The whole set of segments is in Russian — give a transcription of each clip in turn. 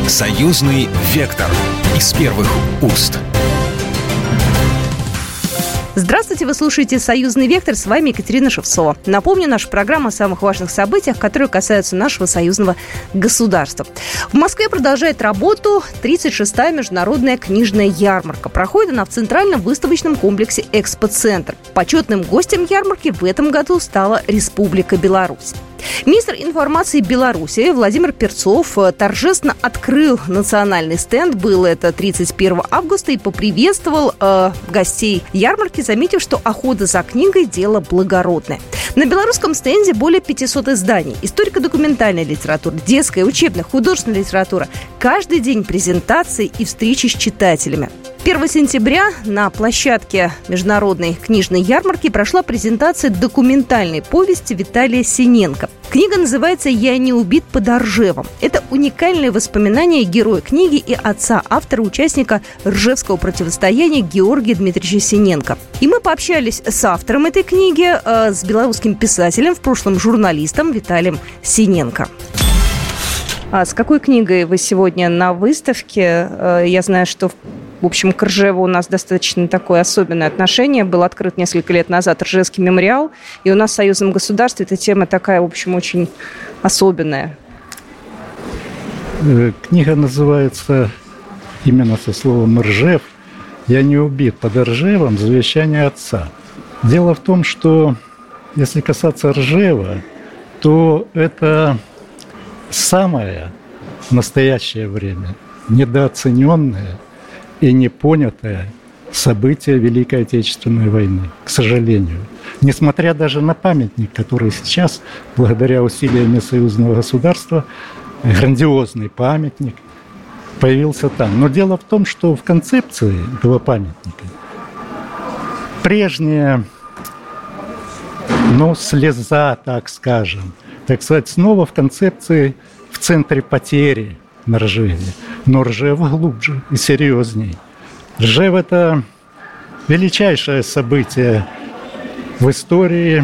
Союзный вектор из первых уст. Здравствуйте, вы слушаете «Союзный вектор», с вами Екатерина Шевцова. Напомню, наша программа о самых важных событиях, которые касаются нашего союзного государства. В Москве продолжает работу 36-я международная книжная ярмарка. Проходит она в Центральном выставочном комплексе «Экспоцентр». Почетным гостем ярмарки в этом году стала Республика Беларусь. Министр информации Беларуси Владимир Перцов торжественно открыл национальный стенд. Было это 31 августа, и поприветствовал гостей ярмарки, заметив, что охота за книгой – дело благородное. На белорусском стенде более 500 изданий. Историко-документальная литература, детская, учебная, художественная литература. Каждый день презентации и встречи с читателями. 1 сентября на площадке Международной книжной ярмарки прошла презентация документальной повести Виталия Синенко. Книга называется «Я не убит под Ржевом». Это уникальные воспоминания героя книги и отца автора, участника Ржевского противостояния Георгия Дмитриевича Синенко. И мы пообщались с автором этой книги, с белорусским писателем, в прошлом журналистом Виталием Синенко. А с какой книгой вы сегодня на выставке? Я знаю, что в общем, к Ржеву у нас достаточно такое особенное отношение. Был открыт несколько лет назад Ржевский мемориал. И у нас в союзном государстве эта тема такая, в общем, очень особенная. Книга называется именно со словом «Ржев». «Я не убит под Ржевом. Завещание отца». Дело в том, что если касаться Ржева, то это самое в настоящее время недооцененное и непонятое событие Великой Отечественной войны, к сожалению. Несмотря даже на памятник, который сейчас, благодаря усилиям союзного государства, грандиозный памятник, появился там. Но дело в том, что в концепции этого памятника прежняя, слеза, так сказать, снова в концепции в центре потери на Ржеве. Но Ржев глубже и серьезней. Ржев – это величайшее событие в истории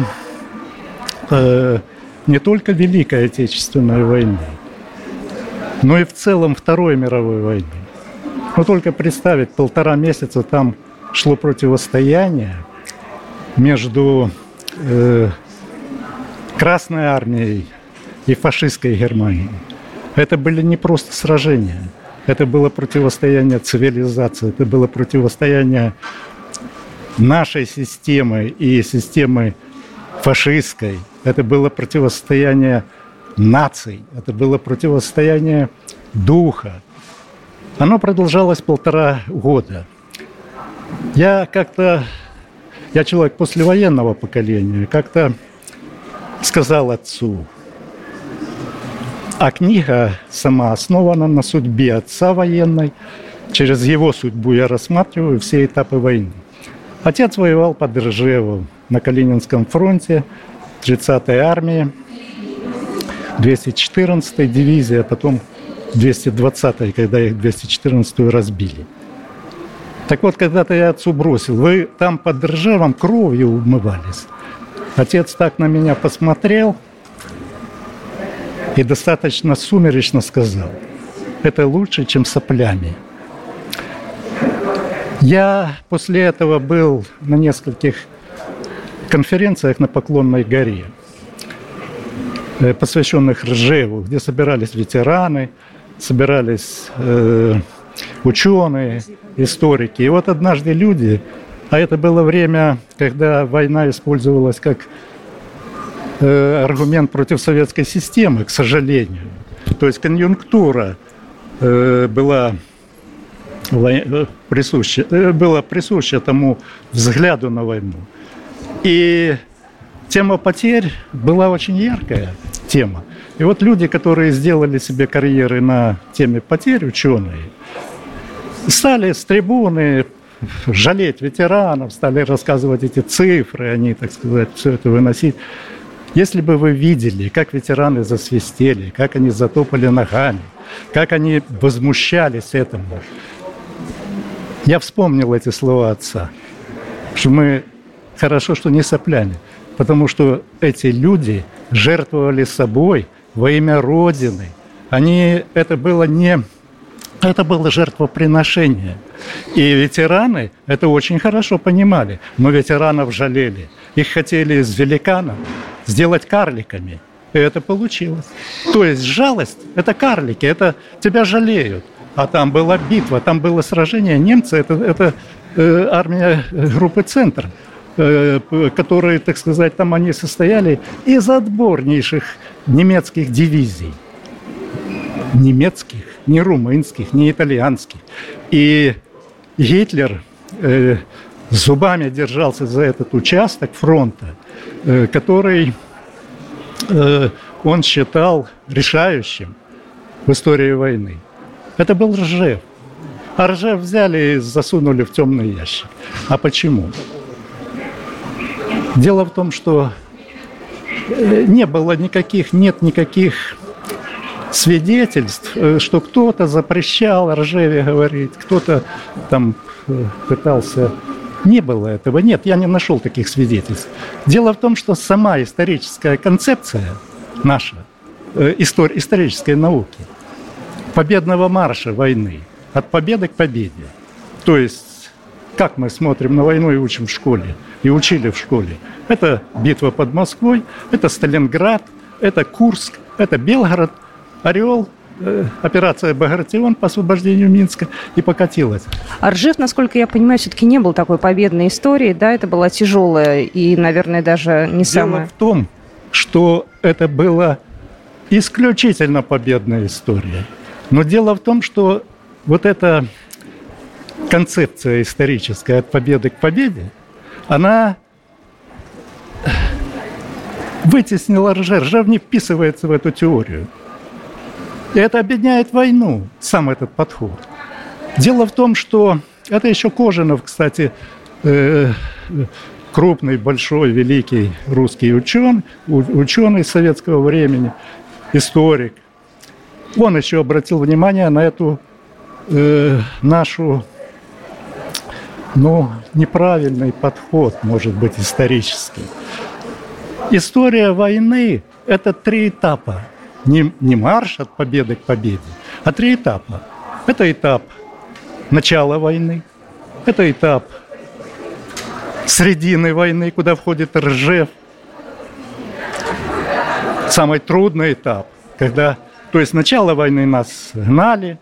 не только Великой Отечественной войны, но и в целом Второй мировой войны. Но только представить, 1,5 месяца там шло противостояние между Красной армией и фашистской Германией. Это были не просто сражения, это было противостояние цивилизации, это было противостояние нашей системы и системы фашистской, это было противостояние наций, это было противостояние духа. Оно продолжалось 1,5 года. Я человек послевоенного поколения, как-то сказал отцу, а книга сама основана на судьбе отца военной. Через его судьбу я рассматриваю все этапы войны. Отец воевал под Ржевом на Калининском фронте, 30-й армии, 214-й дивизии, а потом 220-й, когда их 214-ю разбили. Так вот, когда-то я отцу бросил, вы там под Ржевом кровью умывались. Отец так на меня посмотрел и достаточно сумеречно сказал, это лучше, чем соплями. Я после этого был на нескольких конференциях на Поклонной горе, посвященных Ржеву, где собирались ветераны, собирались ученые, историки. И вот однажды люди, а это было время, когда война использовалась как аргумент против советской системы, к сожалению. То есть конъюнктура была присуща тому взгляду на войну. И тема потерь была очень яркая тема. И вот люди, которые сделали себе карьеры на теме потерь, ученые, стали с трибуны жалеть ветеранов, стали рассказывать эти цифры, они, так сказать, все это выносить. Если бы вы видели, как ветераны засвистели, как они затопали ногами, как они возмущались этому. Я вспомнил эти слова отца, что мы хорошо, что не сопляне, потому что эти люди жертвовали собой во имя Родины. Это было не Это было жертвоприношение. И ветераны это очень хорошо понимали. Но ветеранов жалели. Их хотели из великанов сделать карликами. И это получилось. То есть жалость – это карлики, это тебя жалеют. А там была битва, там было сражение. Немцы – это армия группы «Центр», которые, так сказать, там они состояли из отборнейших немецких дивизий. Немецких, не румынских, не итальянских. И Гитлер зубами держался за этот участок фронта, который он считал решающим в истории войны. Это был Ржев. А Ржев взяли и засунули в темный ящик. А почему? Дело в том, что нет никаких свидетельств, что кто-то запрещал о Ржеве говорить, кто-то там пытался... Не было этого. Нет, я не нашел таких свидетельств. Дело в том, что сама историческая концепция наша, исторической науки, победного марша войны, от победы к победе. То есть, как мы смотрим на войну и учим в школе, и учили в школе. Это битва под Москвой, это Сталинград, это Курск, это Белгород, Орел, операция «Багратион» по освобождению Минска, и покатилась. А Ржев, насколько я понимаю, все-таки не был такой победной историей, да? Это была тяжелая и, наверное, даже не самая... Дело в том, что это была исключительно победная история. Но дело в том, что вот эта концепция историческая от победы к победе, она вытеснила Ржев. Ржев не вписывается в эту теорию. И это объединяет войну, сам этот подход. Дело в том, что это еще Кожинов, кстати, крупный, большой, великий русский ученый советского времени, историк. Он еще обратил внимание на эту нашу, неправильный подход, может быть, исторический. История войны – это 3 этапа. Не марш от победы к победе, а 3 этапа. Это этап начала войны, это этап середины войны, куда входит Ржев. Самый трудный этап, то есть начало войны нас гнали.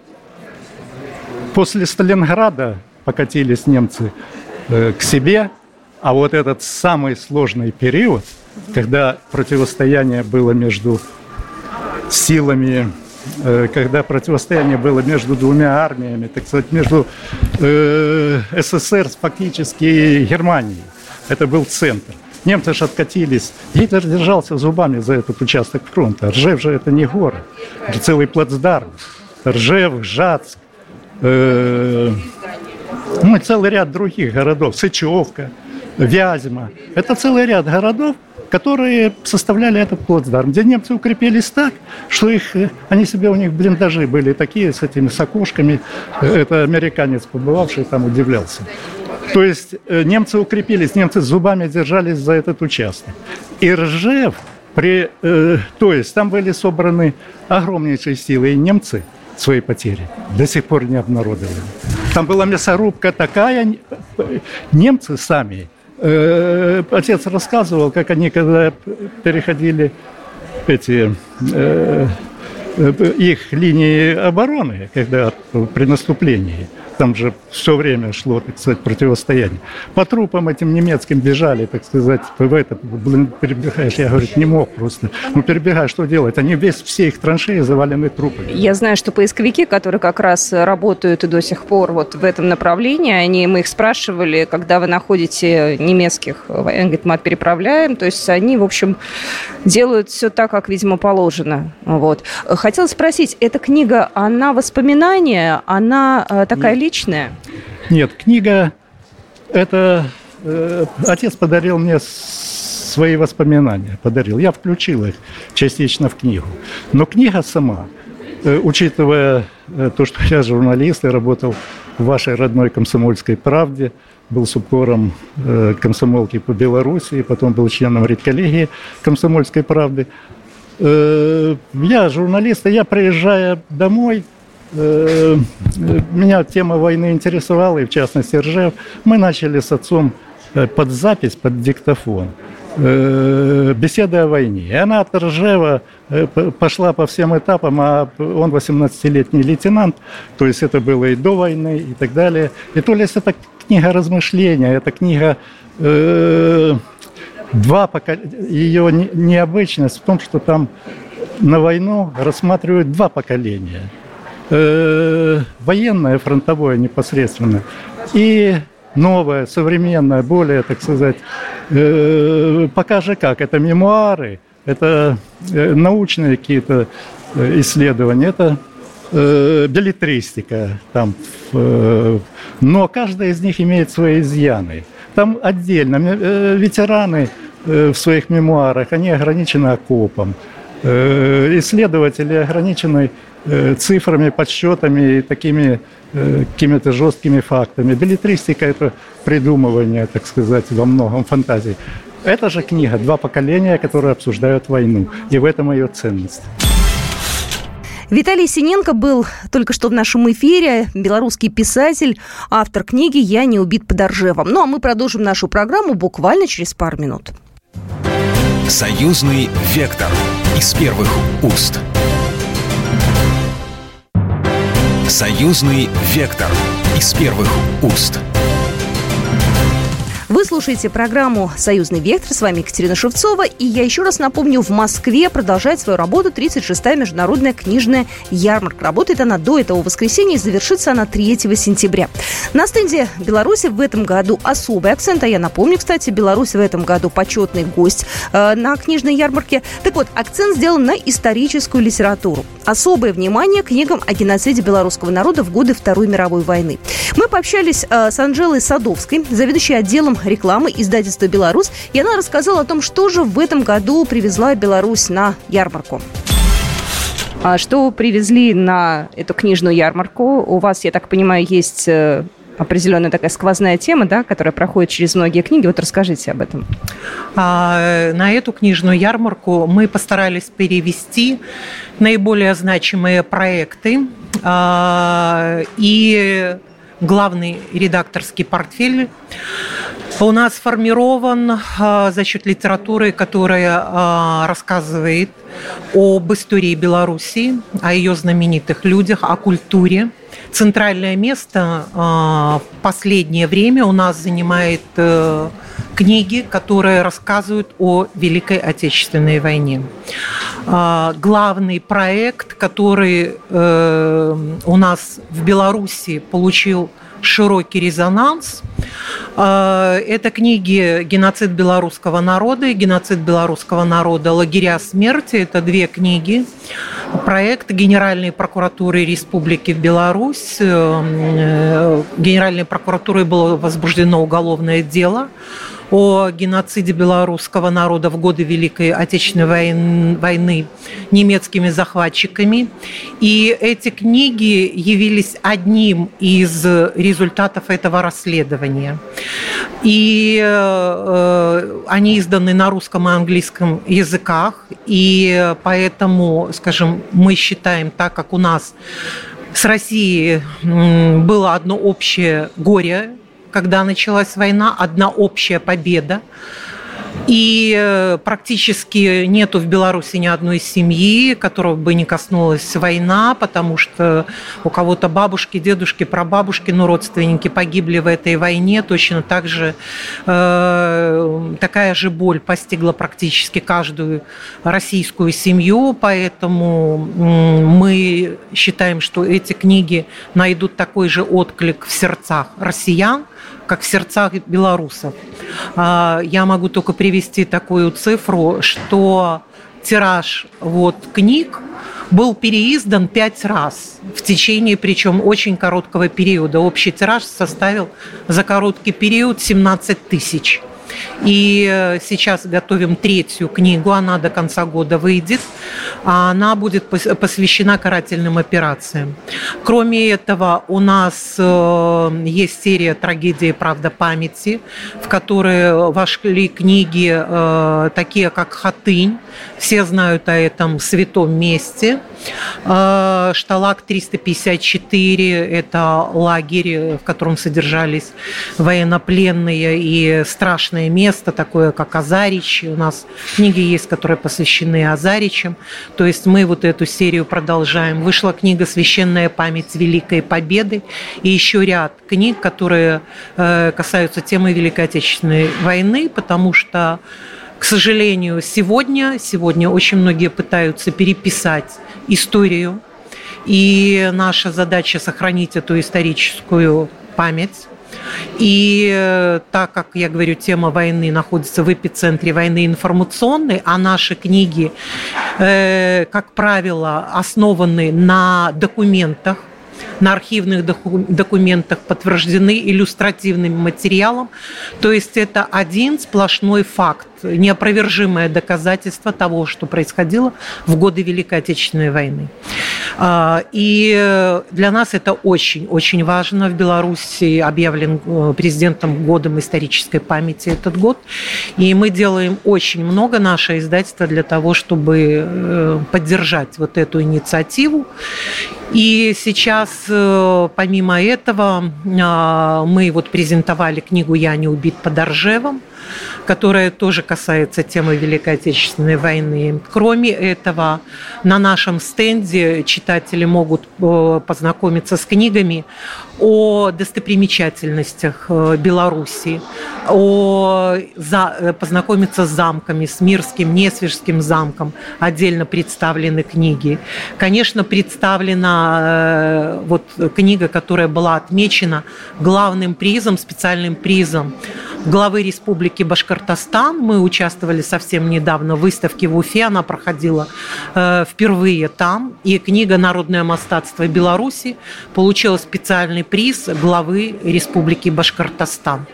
После Сталинграда покатились немцы к себе, а вот этот самый сложный период, когда противостояние было между силами, когда противостояние было между 2 армиями, так сказать, между СССР фактически и Германией. Это был центр. Немцы же откатились. Гитлер держался зубами за этот участок фронта. Ржев же это не город, это целый плацдарм. Ржев, Жацк, целый ряд других городов, Сычевка, Вязьма. Это целый ряд городов, которые составляли этот плацдарм, где немцы укрепились так, что у них блиндажи были такие, с этими с окошками. Это американец, побывавший там, удивлялся. То есть немцы укрепились, немцы зубами держались за этот участок. И Ржев, то есть там были собраны огромнейшие силы, и немцы свои потери до сих пор не обнародовали. Там была мясорубка такая, немцы сами. Отец рассказывал, как они, когда переходили их линии обороны, когда при наступлении, там же все время шло, так сказать, противостояние. По трупам этим немецким бежали, так сказать, перебегаешь. Я говорю, не мог просто. Перебегаешь, что делать? Все их траншеи завалены трупами. Я знаю, что поисковики, которые как раз работают и до сих пор вот в этом направлении, мы их спрашивали, когда вы находите немецких, они говорят, мы переправляем, то есть они, в общем, делают все так, как, видимо, положено. Вот. Хотела спросить, эта книга, она воспоминания, она такая личная? Нет, книга, это отец подарил мне свои воспоминания, я включил их частично в книгу. Но книга сама, учитывая то, что я журналист и работал в вашей родной «Комсомольской правде», был субкором комсомолки по Белоруссии, потом был членом редколлегии «Комсомольской правды». Я журналист, и я, приезжая домой, меня тема войны интересовала, и в частности Ржев. Мы начали с отцом под запись, под диктофон беседы о войне. И она от Ржева пошла по всем этапам, а он 18-летний лейтенант, то есть это было и до войны, и так далее. И то есть это книга размышления, это книга... Ее необычность в том, что там на войну рассматривают два поколения. Военное, фронтовое непосредственно, и новое, современное, более, так сказать, пока же как, это мемуары, это научные какие-то исследования, это беллетристика, там, но каждая из них имеет свои изъяны. Там отдельно ветераны в своих мемуарах, они ограничены окопом, исследователи ограничены цифрами, подсчетами и такими какими-то жесткими фактами. Беллетристика – это придумывание, так сказать, во многом фантазии. Это же книга «Два поколения, которые обсуждают войну». И в этом ее ценность. Виталий Синенко был только что в нашем эфире, белорусский писатель, автор книги «Я не убит под Ржевом». Ну, а мы продолжим нашу программу буквально через пару минут. Союзный вектор из первых уст. Союзный вектор из первых уст. Вы слушаете программу «Союзный вектор». С вами Екатерина Шевцова. И я еще раз напомню, в Москве продолжает свою работу 36-я международная книжная ярмарка. Работает она до этого воскресенья и завершится она 3 сентября. На стенде Беларуси в этом году особый акцент. А я напомню, кстати, Беларусь в этом году почетный гость на книжной ярмарке. Так вот, акцент сделан на историческую литературу. Особое внимание книгам о геноциде белорусского народа в годы Второй мировой войны. Мы пообщались с Анжелой Садовской, заведующей отделом рекламы издательства «Беларусь», и она рассказала о том, что же в этом году привезла Беларусь на ярмарку. А что привезли на эту книжную ярмарку? У вас, я так понимаю, есть определенная такая сквозная тема, да, которая проходит через многие книги. Вот расскажите об этом. На эту книжную ярмарку мы постарались перевести наиболее значимые проекты и главный редакторский портфель у нас сформирован за счет литературы, которая рассказывает об истории Беларуси, о ее знаменитых людях, о культуре. Центральное место в последнее время у нас занимает книги, которые рассказывают о Великой Отечественной войне. Главный проект, который у нас в Беларуси получил широкий резонанс, это книги «Геноцид белорусского народа» и «Геноцид белорусского народа. Лагеря смерти». Это две книги. Проект Генеральной прокуратуры Республики Беларусь. Генеральной прокуратурой было возбуждено уголовное дело о геноциде белорусского народа в годы Великой Отечественной войны немецкими захватчиками. И эти книги явились одним из результатов этого расследования. И они изданы на русском и английском языках. И поэтому, скажем, мы считаем, так как у нас с Россией было одно общее горе, когда началась война, одна общая победа. И практически нету в Беларуси ни одной семьи, которого бы не коснулась война, потому что у кого-то бабушки, дедушки, прабабушки, родственники погибли в этой войне. Точно так же такая же боль постигла практически каждую российскую семью. Поэтому мы считаем, что эти книги найдут такой же отклик в сердцах россиян, как в сердцах белорусов. Я могу только привести такую цифру, что тираж книг был переиздан 5 раз в течение, причем очень короткого периода. Общий тираж составил за короткий период 17 тысяч. И сейчас готовим 3-ю книгу, она до конца года выйдет. Она будет посвящена карательным операциям. Кроме этого, у нас есть серия «Трагедии, правда, памяти», в которые вошли книги такие, как «Хатынь». Все знают о этом святом месте. «Шталак 354» – это лагерь, в котором содержались военнопленные, и страшное место, такое как Азарич. У нас книги есть, которые посвящены Азаричам. То есть мы вот эту серию продолжаем. Вышла книга «Священная память Великой Победы» и еще ряд книг, которые касаются темы Великой Отечественной войны, потому что, к сожалению, сегодня очень многие пытаются переписать историю, и наша задача сохранить эту историческую память. И так как, я говорю, тема войны находится в эпицентре войны информационной, а наши книги, как правило, основаны на документах, на архивных документах, подтверждены иллюстративным материалом. То есть это один сплошной факт, неопровержимое доказательство того, что происходило в годы Великой Отечественной войны. И для нас это очень важно. В Беларуси объявлен президентом годом исторической памяти этот год. И мы делаем очень много, наше издательство, для того, чтобы поддержать вот эту инициативу. И сейчас, помимо этого, мы вот презентовали книгу «Я не убит под Оржевом», которая тоже касается темы Великой Отечественной войны. Кроме этого, на нашем стенде читатели могут познакомиться с книгами о достопримечательностях Беларуси, познакомиться с замками, с Мирским, Несвежским замком. Отдельно представлены книги. Конечно, представлена вот книга, которая была отмечена главным призом, специальным призом главы Республики Башкортостан. Мы участвовали совсем недавно в выставке в Уфе, она проходила впервые там. И книга «Народное мастатство Беларуси» получила специальный приз главы Республики Башкортостан.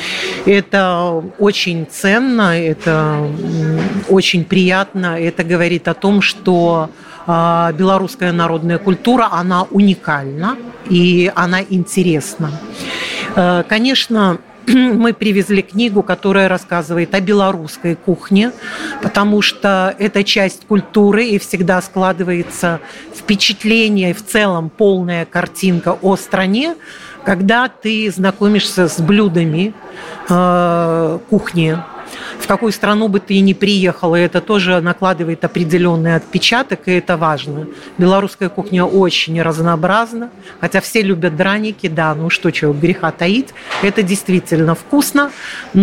Это очень ценно, это очень приятно. Это говорит о том, что белорусская народная культура, она уникальна и она интересна. Конечно, мы привезли книгу, которая рассказывает о белорусской кухне, потому что это часть культуры, и всегда складывается впечатление, в целом полная картинка о стране, когда ты знакомишься с блюдами кухни. В какую страну бы ты ни приехала, это тоже накладывает определенный отпечаток, и это важно. Белорусская кухня очень разнообразна, хотя все любят драники, да, ну что, чего греха таить, это действительно вкусно,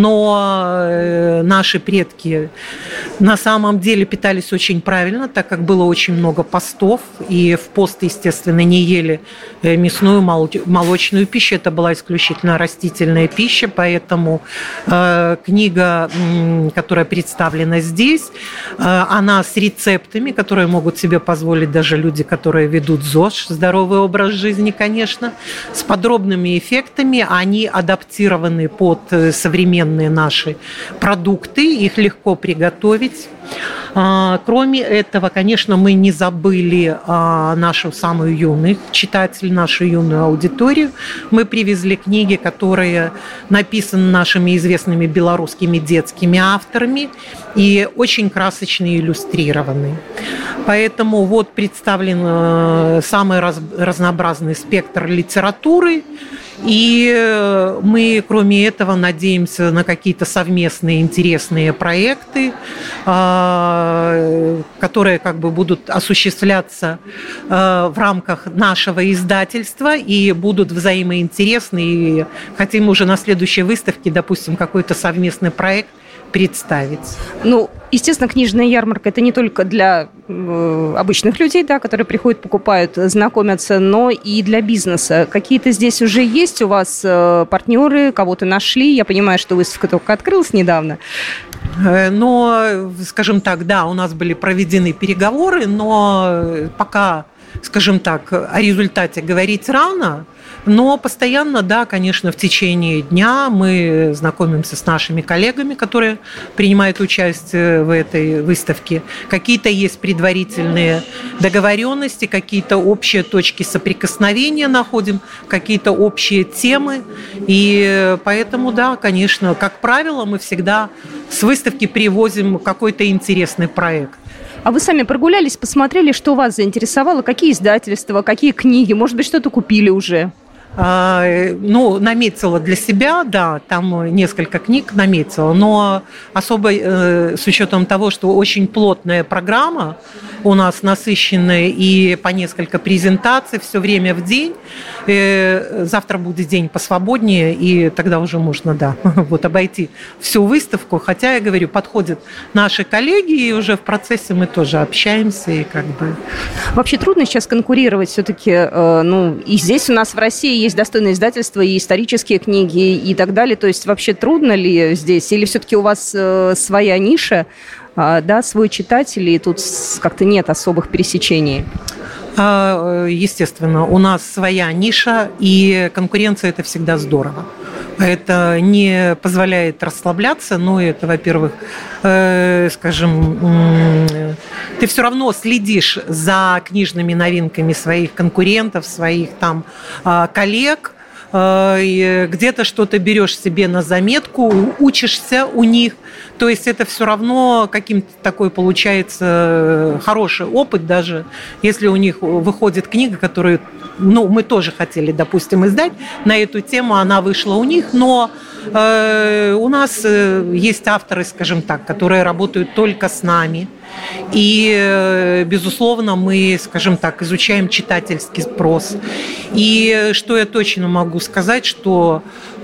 но наши предки на самом деле питались очень правильно, так как было очень много постов, и в пост, естественно, не ели мясную, молочную пищу, это была исключительно растительная пища, поэтому книга, которая представлена здесь, она с рецептами, которые могут себе позволить даже люди, которые ведут ЗОЖ, здоровый образ жизни, конечно, с подробными эффектами. Они адаптированы под современные наши продукты, их легко приготовить. Кроме этого, конечно, мы не забыли нашу самую юную читатель, нашу юную аудиторию. Мы привезли книги, которые написаны нашими известными белорусскими детскими авторами и очень красочно иллюстрированы. Поэтому вот представлен самый разнообразный спектр литературы. И мы, кроме этого, надеемся на какие-то совместные интересные проекты, которые как бы будут осуществляться в рамках нашего издательства и будут взаимоинтересны. И хотим уже на следующей выставке, допустим, какой-то совместный проект представить. Ну, естественно, книжная ярмарка – это не только для обычных людей, да, которые приходят, покупают, знакомятся, но и для бизнеса. Какие-то здесь уже есть у вас партнеры, кого-то нашли? Я понимаю, что выставка только открылась недавно. Но, скажем так, да, у нас были проведены переговоры, но пока скажем так, о результате говорить рано, но постоянно, да, конечно, в течение дня мы знакомимся с нашими коллегами, которые принимают участие в этой выставке. Какие-то есть предварительные договоренности, какие-то общие точки соприкосновения находим, какие-то общие темы. И поэтому, да, конечно, как правило, мы всегда с выставки привозим какой-то интересный проект. А вы сами прогулялись, посмотрели, что вас заинтересовало, какие издательства, какие книги, может быть, что-то купили уже? Наметила для себя, да, там несколько книг наметила, но особо с учетом того, что очень плотная программа у нас насыщенная и по несколько презентаций все время в день. Завтра будет день посвободнее, и тогда уже можно, да, обойти всю выставку. Хотя, я говорю, подходят наши коллеги, и уже в процессе мы тоже общаемся. И Вообще трудно сейчас конкурировать все-таки, и здесь у нас в России есть достойные издательства, и исторические книги, и так далее. То есть вообще трудно ли здесь? Или все-таки у вас своя ниша, да, свой читатель, и тут как-то нет особых пересечений? Естественно, у нас своя ниша, и конкуренция – это всегда здорово. Это не позволяет расслабляться, но это, во-первых, скажем, ты все равно следишь за книжными новинками своих конкурентов, своих там коллег, где-то что-то берешь себе на заметку, учишься у них. То есть это все равно каким-то такой получается хороший опыт, даже если у них выходит книга, которую мы тоже хотели, допустим, издать на эту тему, она вышла у них, но у нас есть авторы, скажем так, которые работают только с нами. И, безусловно, мы, скажем так, изучаем читательский спрос. И что я точно могу сказать, что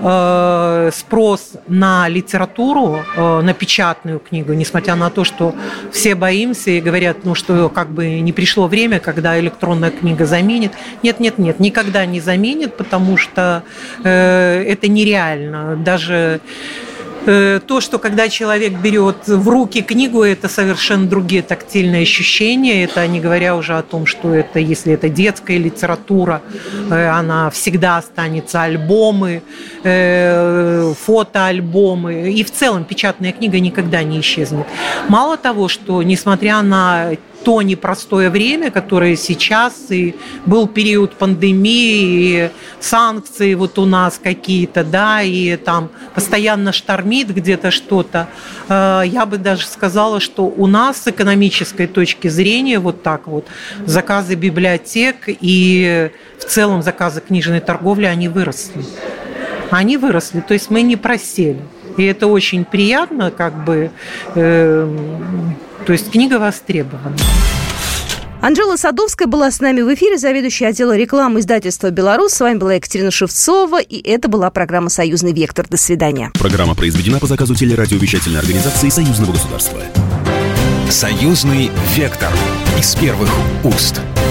спрос на литературу, на печатную книгу, несмотря на то, что все боимся и говорят, что не пришло время, когда электронная книга заменит. Нет, никогда не заменит, потому что это нереально. Даже то, что когда человек берет в руки книгу, это совершенно другие тактильные ощущения. Это не говоря уже о том, что это, если это детская литература, она всегда останется, альбомы, фотоальбомы. И в целом печатная книга никогда не исчезнет. Мало того, что несмотря на то непростое время, которое сейчас, и был период пандемии, и санкции у нас какие-то, да, и там постоянно штормит где-то что-то, я бы даже сказала, что у нас с экономической точки зрения заказы библиотек и в целом заказы книжной торговли, они выросли. То есть мы не просели. И это очень приятно, то есть книга востребована. Анжела Садовская была с нами в эфире, заведующая отдела рекламы издательства «Беларусь». С вами была Екатерина Шевцова, и это была программа «Союзный вектор». До свидания. Программа произведена по заказу телерадиовещательной организации Союзного государства. «Союзный вектор» из первых уст.